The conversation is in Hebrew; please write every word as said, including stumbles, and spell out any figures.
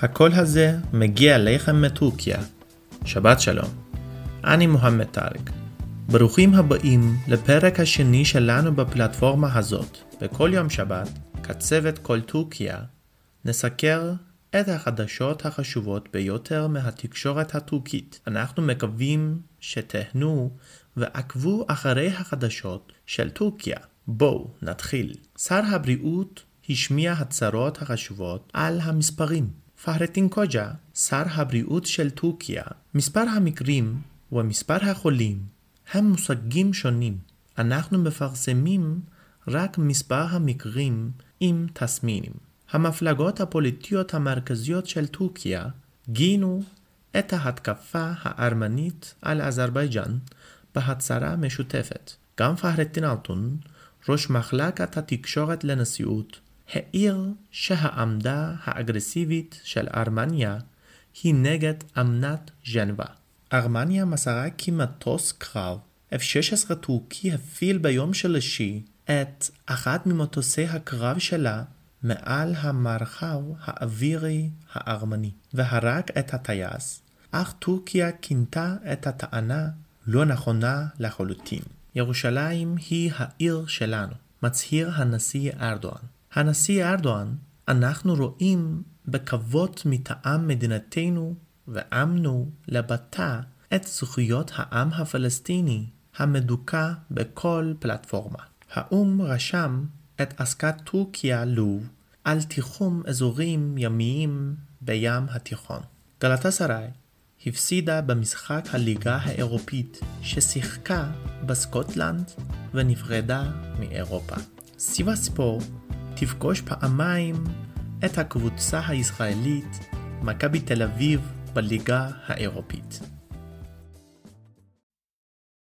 הקול הזה מגיע אליכם מטורקיה. שבת שלום. אני מוחמד טארק. ברוכים הבאים לפרק השני שלנו בפלטפורמה הזאת. בכל יום שבת, כצוות כל טורקיה, נסקר את החדשות החשובות ביותר מהתקשורת הטורקית. אנחנו מקווים שתהנו ועקבו אחרי החדשות של טורקיה. בואו נתחיל. שר הבריאות השמיע הצהרות החשובות על המספרים. פהרטין קוג'ה, שר הבריאות של טורקיה, מספר המקרים ומספר החולים הם מושגים שונים. אנחנו מפרסמים רק מספר המקרים עם תסמינים. המפלגות הפוליטיות המרכזיות של טורקיה גינו את ההתקפה הארמנית על אזרבייג'ן בהצהרה משותפת. גם פהרטין אלטון, ראש מחלקת התקשורת לנשיאות, העיר שהעמדה האגרסיבית של ארמניה היא נגד אמנת ז'נבה. ארמניה מסרה כי מטוס קרב אף שש עשרה טורקי הפעיל ביום שלישי את אחד ממטוסי הקרב שלה מעל המרחב האווירי הארמני והרג את הטייס, אך טורקיה כינתה את הטענה לא נכונה לחלוטין. ירושלים היא העיר שלנו, מצהיר הנשיא ארדואן. הנשיא ארדואן, אנחנו רואים בכבוד מטעם מדינתנו ועמנו לבטא את זכויות העם הפלסטיני המדוכא בכל פלטפורמה. האו"ם רשם את עסקת טורקיה לוב על תיחום אזורים ימיים בים התיכון. גלאטסראי הפסידה במשחק הליגה האירופית ששיחקה בסקוטלנד ונפרדה מאירופה. סיבספור תפגוש פעמיים את הקבוצה הישראלית מכבי תל אביב בליגה האירופית.